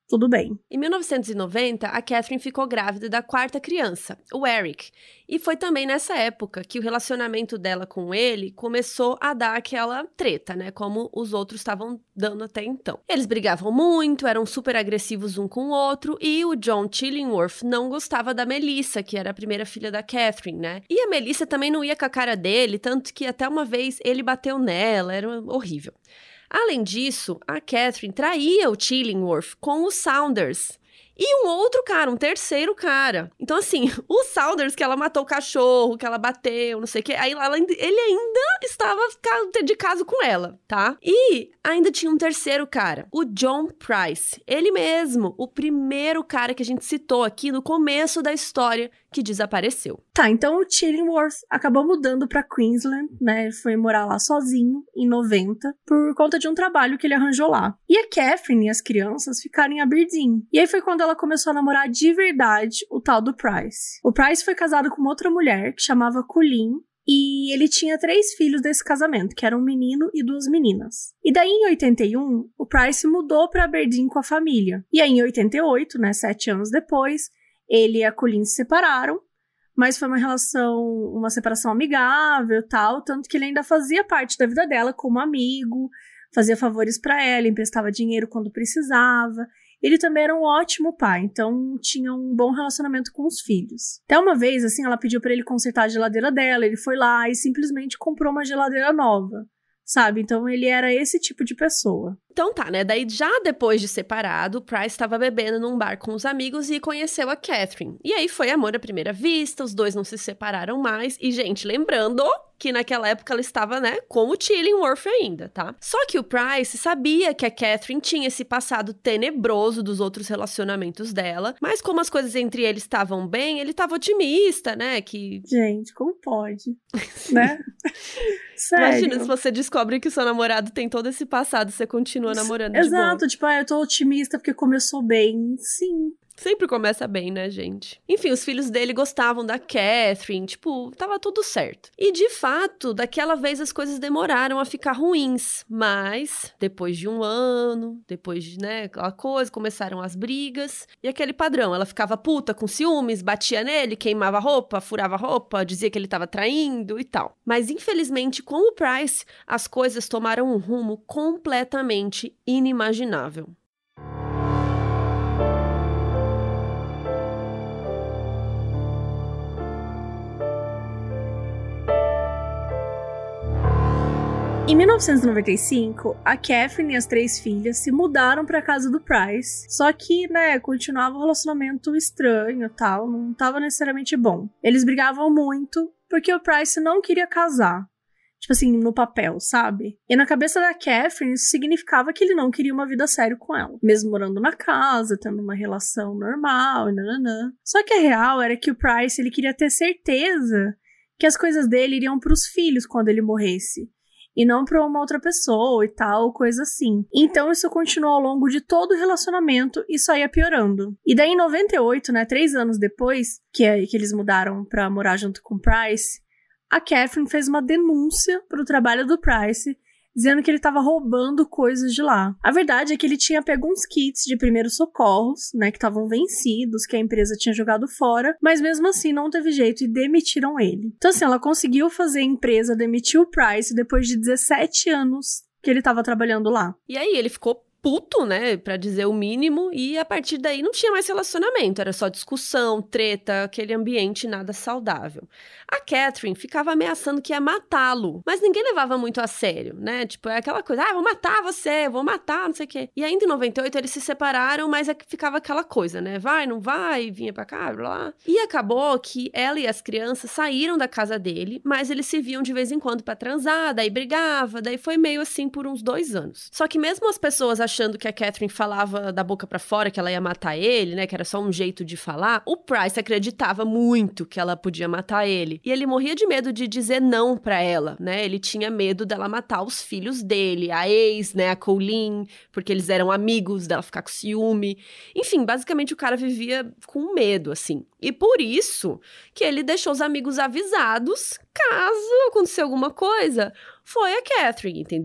Speaker 1: tudo bem.
Speaker 2: Em mil novecentos e noventa, a Catherine ficou grávida da quarta criança, o Eric. E foi também nessa época que o relacionamento dela com ele começou a dar aquela treta, né? Como os outros estavam dando até então. Eles brigavam muito, eram super agressivos um com o outro, e o John Chillingworth não gostava da Melissa, que era a primeira filha da Catherine, né? E a Melissa também não ia com a cara dele, tanto que até uma vez ele bateu nela, era horrível. Além disso, a Catherine traía o Chillingworth com o Saunders. E um outro cara, um terceiro cara. Então, assim, o Saunders, que ela matou o cachorro, que ela bateu, não sei o quê, aí ela, ele ainda estava de caso com ela, tá? E ainda tinha um terceiro cara, o John Price. Ele mesmo, o primeiro cara que a gente citou aqui no começo da história que desapareceu.
Speaker 1: Tá, então o Chillingworth acabou mudando pra Queensland, né? Ele foi morar lá sozinho, em noventa, por conta de um trabalho que ele arranjou lá. E a Catherine e as crianças ficaram em Aberdeen. E aí foi quando ela começou a namorar de verdade o tal do Price. O Price foi casado com uma outra mulher, que chamava Colleen, e ele tinha três filhos desse casamento, que eram um menino e duas meninas. E daí, em oitenta e um, o Price mudou pra Aberdeen com a família. E aí, em oitenta e oito, né, sete anos depois, ele e a Colleen se separaram, mas foi uma relação, uma separação amigável e tal, tanto que ele ainda fazia parte da vida dela como amigo, fazia favores pra ela, emprestava dinheiro quando precisava. Ele também era um ótimo pai, então tinha um bom relacionamento com os filhos. Até uma vez, assim, ela pediu pra ele consertar a geladeira dela, ele foi lá e simplesmente comprou uma geladeira nova, sabe? Então ele era esse tipo de pessoa.
Speaker 2: Então tá, né? Daí, já depois de separado, o Price estava bebendo num bar com os amigos e conheceu a Catherine. E aí foi amor à primeira vista, os dois não se separaram mais. E, gente, lembrando que naquela época ela estava, né, com o Chillingworth ainda, tá? Só que o Price sabia que a Catherine tinha esse passado tenebroso dos outros relacionamentos dela, mas como as coisas entre eles estavam bem, ele estava otimista, né, que...
Speaker 1: Gente, como pode, né? Sério.
Speaker 2: Imagina se você descobre que o seu namorado tem todo esse passado, você continua namorando de boa.
Speaker 1: Exato, tipo, ah, eu tô otimista porque começou bem. Sim.
Speaker 2: Sempre começa bem, né, gente? Enfim, os filhos dele gostavam da Catherine, tipo, tava tudo certo. E, de fato, daquela vez as coisas demoraram a ficar ruins. Mas, depois de um ano, depois de, né, aquela coisa, começaram as brigas. E aquele padrão, ela ficava puta, com ciúmes, batia nele, queimava a roupa, furava a roupa, dizia que ele tava traindo e tal. Mas, infelizmente, com o Price, as coisas tomaram um rumo completamente inimaginável.
Speaker 1: Em mil novecentos e noventa e cinco, a Catherine e as três filhas se mudaram pra casa do Price, só que, né, continuava um relacionamento estranho e tal, não tava necessariamente bom. Eles brigavam muito porque o Price não queria casar, tipo assim, no papel, sabe? E na cabeça da Catherine, isso significava que ele não queria uma vida séria com ela, mesmo morando na casa, tendo uma relação normal e nananã. Só que a real era que o Price, ele queria ter certeza que as coisas dele iriam pros filhos quando ele morresse. E não pra uma outra pessoa e tal, coisa assim. Então isso continuou ao longo de todo o relacionamento e só ia piorando. E daí em noventa e oito, né, três anos depois, que, é, que eles mudaram pra morar junto com o Price, a Catherine fez uma denúncia pro trabalho do Price, dizendo que ele estava roubando coisas de lá. A verdade é que ele tinha pego uns kits de primeiros socorros, né, que estavam vencidos, que a empresa tinha jogado fora, mas mesmo assim não teve jeito e demitiram ele. Então assim, ela conseguiu fazer a empresa demitir o Price depois de dezessete anos que ele estava trabalhando lá.
Speaker 2: E aí ele ficou puto, né, pra dizer o mínimo, e a partir daí não tinha mais relacionamento, era só discussão, treta, aquele ambiente nada saudável. A Catherine ficava ameaçando que ia matá-lo, mas ninguém levava muito a sério, né, tipo, é aquela coisa, ah, vou matar você, vou matar, não sei o quê. E ainda em noventa e oito eles se separaram, mas é que ficava aquela coisa, né, vai, não vai, vinha pra cá, blá, blá. E acabou que ela e as crianças saíram da casa dele, mas eles se viam de vez em quando pra transar, daí brigava, daí foi meio assim por uns dois anos. Só que mesmo as pessoas achando que a Catherine falava da boca pra fora que ela ia matar ele, né, que era só um jeito de falar, o Price acreditava muito que ela podia matar ele. E ele morria de medo de dizer não pra ela, né, ele tinha medo dela matar os filhos dele, a ex, né, a Colleen, porque eles eram amigos, dela ficar com ciúme. Enfim, basicamente o cara vivia com medo, assim. E por isso que ele deixou os amigos avisados, caso acontecesse alguma coisa, foi a Catherine, entendeu?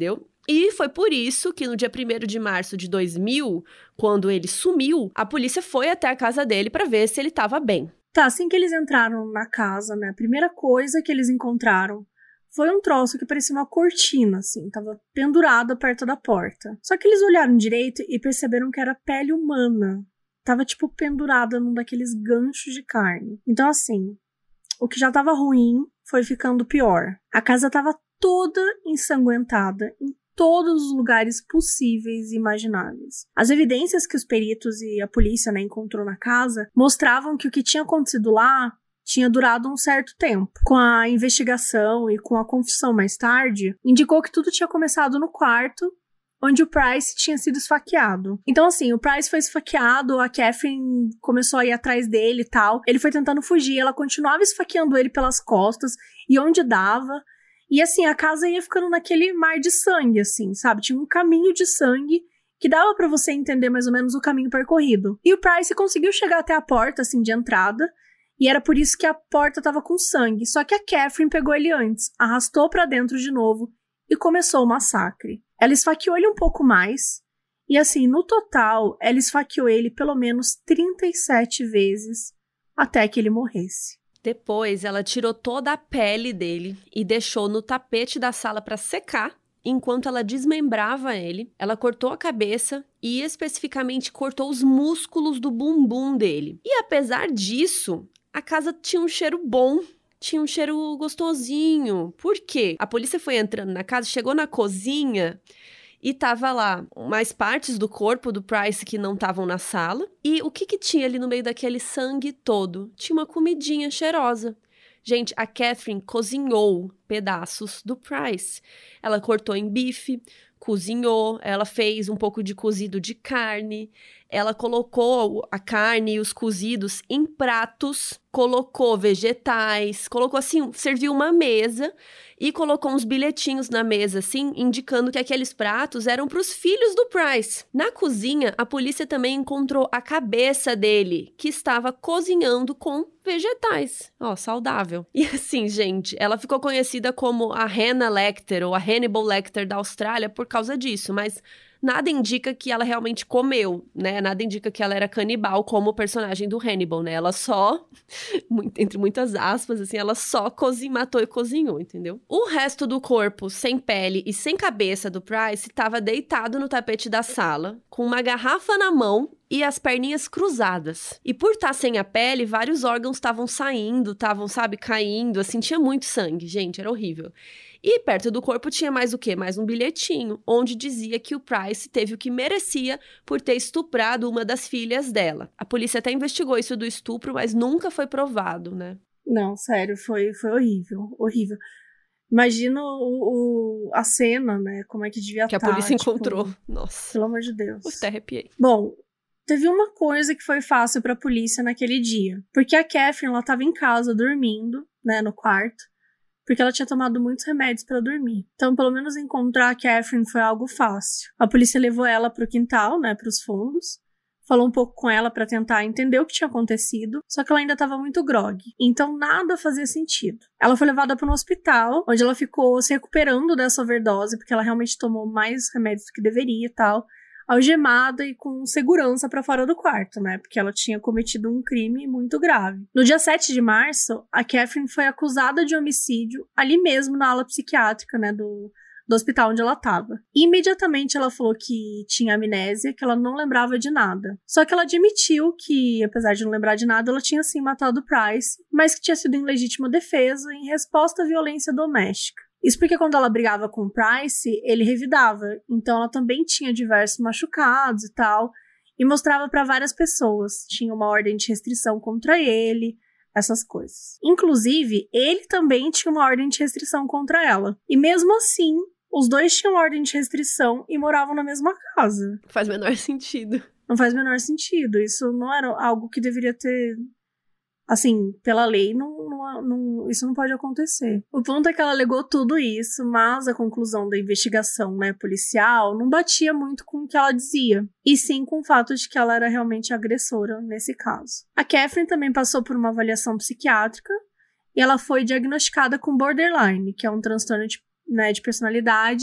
Speaker 2: E foi por isso que no dia primeiro de março de dois mil, quando ele sumiu, a polícia foi até a casa dele para ver se ele estava bem.
Speaker 1: Tá, assim que eles entraram na casa, né, a primeira coisa que eles encontraram foi um troço que parecia uma cortina, assim, tava pendurada perto da porta. Só que eles olharam direito e perceberam que era pele humana. Tava, tipo, pendurada num daqueles ganchos de carne. Então, assim, o que já tava ruim foi ficando pior. A casa tava toda ensanguentada, em todos os lugares possíveis e imagináveis. As evidências que os peritos e a polícia, né, encontrou na casa mostravam que o que tinha acontecido lá tinha durado um certo tempo. Com a investigação e com a confissão mais tarde, indicou que tudo tinha começado no quarto onde o Price tinha sido esfaqueado. Então, assim, o Price foi esfaqueado, a Catherine começou a ir atrás dele e tal. Ele foi tentando fugir, ela continuava esfaqueando ele pelas costas e onde dava. E, assim, a casa ia ficando naquele mar de sangue, assim, sabe? Tinha um caminho de sangue que dava pra você entender mais ou menos o caminho percorrido. E o Price conseguiu chegar até a porta, assim, de entrada. E era por isso que a porta tava com sangue. Só que a Catherine pegou ele antes, arrastou pra dentro de novo e começou o massacre. Ela esfaqueou ele um pouco mais. E assim, no total, ela esfaqueou ele pelo menos trinta e sete vezes até que ele morresse.
Speaker 2: Depois, ela tirou toda a pele dele e deixou no tapete da sala pra secar. Enquanto ela desmembrava ele, ela cortou a cabeça e especificamente cortou os músculos do bumbum dele. E apesar disso, a casa tinha um cheiro bom, tinha um cheiro gostosinho. Por quê? A polícia foi entrando na casa, chegou na cozinha e tava lá mais partes do corpo do Price que não estavam na sala. E o que que tinha ali no meio daquele sangue todo? Tinha uma comidinha cheirosa. Gente, a Catherine cozinhou pedaços do Price. Ela cortou em bife, cozinhou, ela fez um pouco de cozido de carne, ela colocou a carne e os cozidos em pratos, colocou vegetais, colocou assim, serviu uma mesa e colocou uns bilhetinhos na mesa, assim, indicando que aqueles pratos eram para os filhos do Price. Na cozinha, a polícia também encontrou a cabeça dele, que estava cozinhando com vegetais. Ó, saudável. E assim, gente, ela ficou conhecida como a Hannah Lecter, ou a Hannibal Lecter da Austrália por causa disso, mas nada indica que ela realmente comeu, né? Nada indica que ela era canibal como o personagem do Hannibal, né? Ela só, entre muitas aspas, assim, ela só cozinhou, matou e cozinhou, entendeu? O resto do corpo, sem pele e sem cabeça do Price, estava deitado no tapete da sala, com uma garrafa na mão e as perninhas cruzadas. E por estar sem a pele, vários órgãos estavam saindo, estavam, sabe, caindo, assim, tinha muito sangue, gente, era horrível. E perto do corpo tinha mais o quê? Mais um bilhetinho, onde dizia que o Price teve o que merecia por ter estuprado uma das filhas dela. A polícia até investigou isso do estupro, mas nunca foi provado, né?
Speaker 1: Não, sério, foi, foi horrível, horrível. Imagina o, o, a cena, né, como é que devia estar.
Speaker 2: Que a polícia
Speaker 1: tipo,
Speaker 2: encontrou. Nossa.
Speaker 1: Pelo amor de Deus.
Speaker 2: Eu até arrepiei.
Speaker 1: Bom, teve uma coisa que foi fácil pra polícia naquele dia. Porque a Catherine, ela tava em casa, dormindo, né, no quarto. Porque ela tinha tomado muitos remédios pra dormir. Então, pelo menos encontrar a Catherine foi algo fácil. A polícia levou ela pro quintal, né, pros fundos. Falou um pouco com ela pra tentar entender o que tinha acontecido, só que ela ainda tava muito grogue. Então, nada fazia sentido. Ela foi levada para um hospital, onde ela ficou se recuperando dessa overdose, porque ela realmente tomou mais remédios do que deveria e tal, algemada e com segurança pra fora do quarto, né? Porque ela tinha cometido um crime muito grave. No dia sete de março, a Catherine foi acusada de homicídio ali mesmo na ala psiquiátrica, né? Do, do hospital onde ela tava. E imediatamente ela falou que tinha amnésia, que ela não lembrava de nada. Só que ela admitiu que, apesar de não lembrar de nada, ela tinha sim matado o Price, mas que tinha sido em legítima defesa em resposta à violência doméstica. Isso porque quando ela brigava com o Price, ele revidava. Então ela também tinha diversos machucados e tal. E mostrava pra várias pessoas. Tinha uma ordem de restrição contra ele, essas coisas. Inclusive, ele também tinha uma ordem de restrição contra ela. E mesmo assim, os dois tinham ordem de restrição e moravam na mesma casa.
Speaker 2: Faz o menor sentido.
Speaker 1: Não faz o menor sentido. Isso não era algo que deveria ter... Assim, pela lei, não, não, não, isso não pode acontecer. O ponto é que ela alegou tudo isso, mas a conclusão da investigação, né, policial não batia muito com o que ela dizia, e sim com o fato de que ela era realmente agressora nesse caso. A Catherine também passou por uma avaliação psiquiátrica e ela foi diagnosticada com borderline, que é um transtorno de, né, de personalidade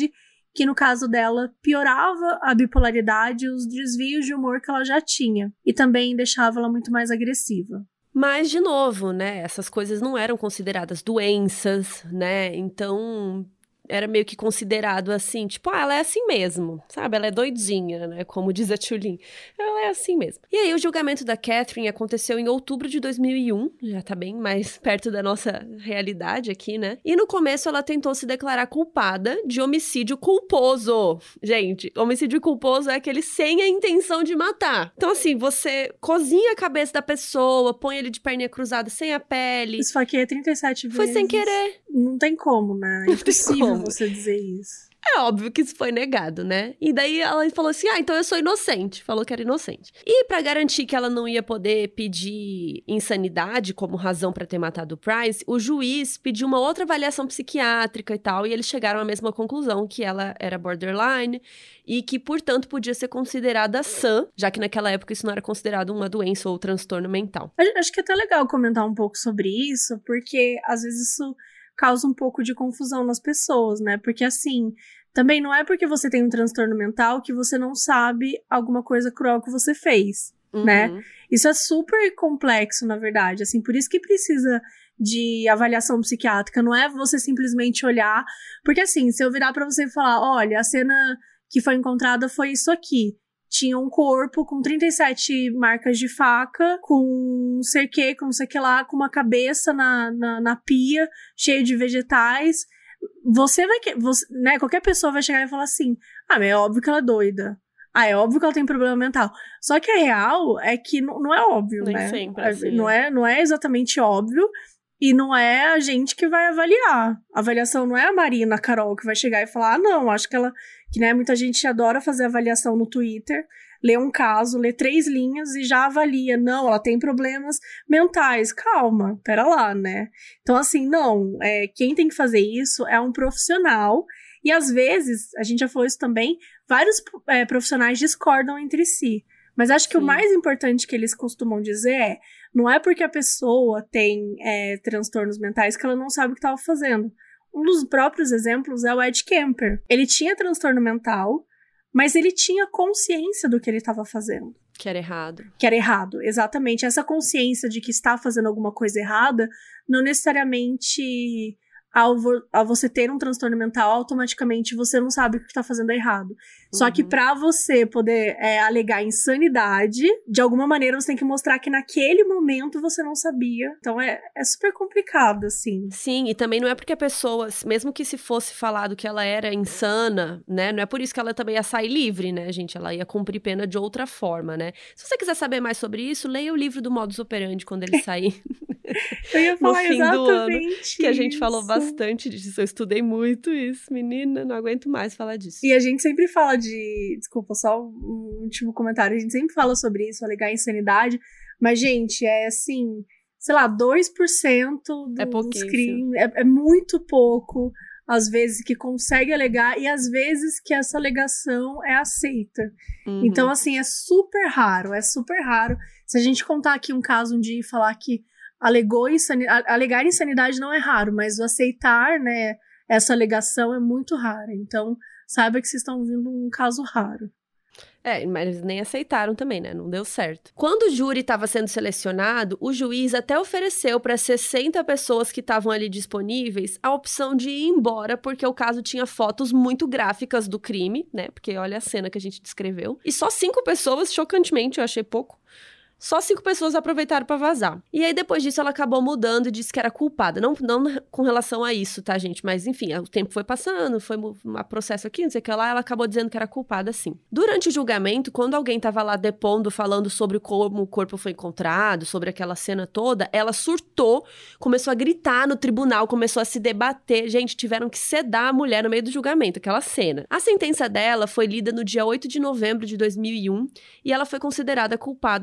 Speaker 1: que no caso dela piorava a bipolaridade e os desvios de humor que ela já tinha, e também deixava ela muito mais agressiva.
Speaker 2: Mas, de novo, né, essas coisas não eram consideradas doenças, né, então era meio que considerado assim, tipo, ah, ela é assim mesmo, sabe, ela é doidinha, né, como diz a Tulin, ela é assim mesmo. E aí o julgamento da Catherine aconteceu em outubro de dois mil e um, já tá bem mais perto da nossa realidade aqui, né, e no começo ela tentou se declarar culpada de homicídio culposo. Gente, homicídio culposo é aquele sem a intenção de matar. Então, assim, você cozinha a cabeça da pessoa, põe ele de perninha cruzada sem a pele.
Speaker 1: Esfaqueia trinta e sete vezes.
Speaker 2: Foi sem querer.
Speaker 1: Não tem como, né? É impossível você dizer isso.
Speaker 2: É óbvio que isso foi negado, né? E daí ela falou assim, ah, então eu sou inocente. Falou que era inocente. E pra garantir que ela não ia poder pedir insanidade como razão pra ter matado o Price, o juiz pediu uma outra avaliação psiquiátrica e tal, e eles chegaram à mesma conclusão, que ela era borderline e que, portanto, podia ser considerada sã, já que naquela época isso não era considerado uma doença ou transtorno mental.
Speaker 1: Acho que é até legal comentar um pouco sobre isso, porque às vezes isso causa um pouco de confusão nas pessoas, né? Porque, assim, também não é porque você tem um transtorno mental que você não sabe alguma coisa cruel que você fez, uhum. né? Isso é super complexo, na verdade, assim, por isso que precisa de avaliação psiquiátrica, não é você simplesmente olhar, porque, assim, se eu virar pra você e falar, olha, a cena que foi encontrada foi isso aqui, tinha um corpo com trinta e sete marcas de faca, com não sei o que, com não sei o que lá, com uma cabeça na, na, na pia, cheio de vegetais. Você vai... Você, né, qualquer pessoa vai chegar e falar assim, ah, mas é óbvio que ela é doida. Ah, é óbvio que ela tem problema mental. Só que a real é que não, não é óbvio,
Speaker 2: Nem
Speaker 1: né?
Speaker 2: sempre, assim,
Speaker 1: não, é, não é exatamente óbvio. E não é a gente que vai avaliar. A avaliação não é a Marina, a Carol, que vai chegar e falar, ah, não, acho que ela... Que, né, muita gente adora fazer avaliação no Twitter, lê um caso, lê três linhas e já avalia. Não, ela tem problemas mentais. Calma, pera lá, né? Então, assim, não. É, quem tem que fazer isso é um profissional. E, às vezes, a gente já falou isso também, vários é, profissionais discordam entre si. Mas acho que Sim. o mais importante que eles costumam dizer é, não é porque a pessoa tem é, transtornos mentais que ela não sabe o que estava fazendo. Um dos próprios exemplos é o Ed Kemper. Ele tinha transtorno mental, mas ele tinha consciência do que ele estava fazendo.
Speaker 2: Que era errado.
Speaker 1: Que era errado, exatamente. Essa consciência de que está fazendo alguma coisa errada, não necessariamente... Ao, vo- ao você ter um transtorno mental, automaticamente você não sabe o que está fazendo errado. Uhum. Só que pra você poder é, alegar insanidade, de alguma maneira você tem que mostrar que naquele momento você não sabia. Então é, é super complicado, assim.
Speaker 2: Sim, e também não é porque a pessoa, mesmo que se fosse falado que ela era insana, né, não é por isso que ela também ia sair livre, né, gente? Ela ia cumprir pena de outra forma, né? Se você quiser saber mais sobre isso, leia o livro do Modus Operandi quando ele sair.
Speaker 1: Eu ia falar
Speaker 2: no fim do ano, que a gente
Speaker 1: isso.
Speaker 2: falou bastante disso. Eu estudei muito isso, menina, não aguento mais falar disso.
Speaker 1: E a gente sempre fala de... Desculpa, só um último comentário. A gente sempre fala sobre isso, alegar insanidade. Mas, gente, é assim... Sei lá, dois por cento do,
Speaker 2: é
Speaker 1: dos crimes. É, é muito pouco, às vezes, que consegue alegar. E, às vezes, que essa alegação é aceita. Uhum. Então, assim, é super raro. É super raro. Se a gente contar aqui um caso um dia e falar que alegou insanidade, alegar insanidade não é raro, mas o aceitar, né, essa alegação é muito raro. Então, saiba que vocês estão ouvindo um caso raro.
Speaker 2: É, mas eles nem aceitaram também, né? Não deu certo. Quando o júri estava sendo selecionado, o juiz até ofereceu para sessenta pessoas que estavam ali disponíveis a opção de ir embora, porque o caso tinha fotos muito gráficas do crime, né? Porque olha a cena que a gente descreveu. E só cinco pessoas, chocantemente, eu achei pouco, só cinco pessoas aproveitaram pra vazar. E aí, depois disso, ela acabou mudando e disse que era culpada. Não, não com relação a isso, tá, gente? Mas, enfim, o tempo foi passando, foi um processo aqui, não sei o que lá, ela acabou dizendo que era culpada, sim. Durante o julgamento, quando alguém tava lá depondo, falando sobre como o corpo foi encontrado, sobre aquela cena toda, ela surtou, começou a gritar no tribunal, começou a se debater. Gente, tiveram que sedar a mulher no meio do julgamento, aquela cena. A sentença dela foi lida no dia oito de novembro de dois mil e um e ela foi considerada culpada de homicídio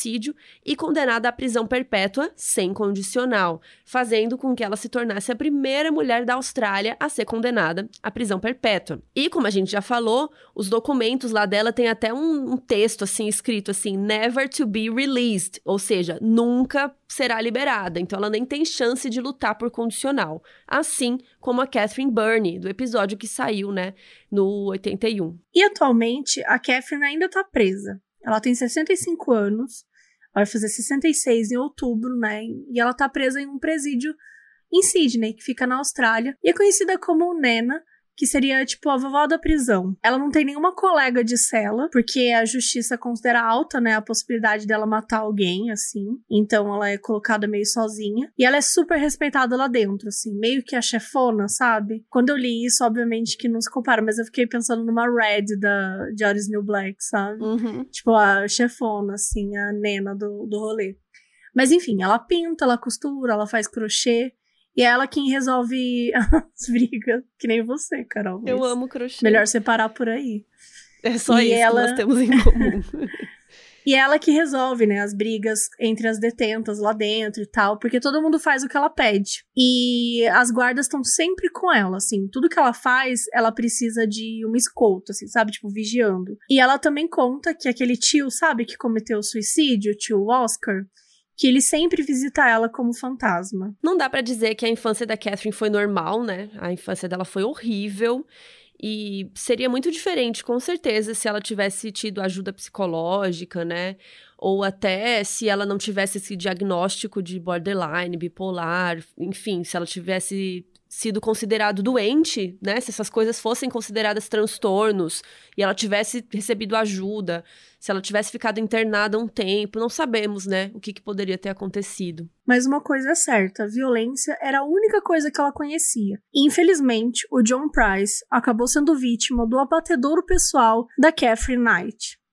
Speaker 2: suicídio e condenada à prisão perpétua sem condicional, fazendo com que ela se tornasse a primeira mulher da Austrália a ser condenada à prisão perpétua. E, como a gente já falou, os documentos lá dela tem até um, um texto assim escrito assim, never to be released, ou seja, nunca será liberada, então ela nem tem chance de lutar por condicional, assim como a Catherine Byrne, do episódio que saiu, né, no oitenta e um.
Speaker 1: E atualmente, a Catherine ainda tá presa. Ela tem sessenta e cinco anos, vai fazer sessenta e seis em outubro, né, e ela tá presa em um presídio em Sydney, que fica na Austrália, e é conhecida como Nena, que seria, tipo, a vovó da prisão. Ela não tem nenhuma colega de cela, porque a justiça considera alta, né, a possibilidade dela matar alguém, assim. Então, ela é colocada meio sozinha. E ela é super respeitada lá dentro, assim, meio que a chefona, sabe? Quando eu li isso, obviamente que não se compara, mas eu fiquei pensando numa Red da de Orange New Black, sabe?
Speaker 2: Uhum.
Speaker 1: Tipo, a chefona, assim, a nena do, do rolê. Mas, enfim, ela pinta, ela costura, ela faz crochê. E é ela quem resolve as brigas, que nem você, Carol.
Speaker 2: Eu amo crochê.
Speaker 1: Melhor separar por aí.
Speaker 2: É só
Speaker 1: e
Speaker 2: isso
Speaker 1: ela...
Speaker 2: que nós temos em comum.
Speaker 1: E é ela que resolve, né, as brigas entre as detentas lá dentro e tal, porque todo mundo faz o que ela pede. E as guardas estão sempre com ela, assim, tudo que ela faz, ela precisa de uma escolta, assim, sabe, tipo, vigiando. E ela também conta que aquele tio, sabe, que cometeu o suicídio, o tio Oscar, que ele sempre visita ela como fantasma.
Speaker 2: Não dá pra dizer que a infância da Catherine foi normal, né? A infância dela foi horrível. E seria muito diferente, com certeza, se ela tivesse tido ajuda psicológica, né? Ou até se ela não tivesse esse diagnóstico de borderline, bipolar, enfim, se ela tivesse sido considerado doente, né? Se essas coisas fossem consideradas transtornos e ela tivesse recebido ajuda, se ela tivesse ficado internada um tempo, não sabemos, né? O que, que poderia ter acontecido.
Speaker 1: Mas uma coisa é certa, a violência era a única coisa que ela conhecia. E, infelizmente, o John Price acabou sendo vítima do abatedouro pessoal da Catherine Knight.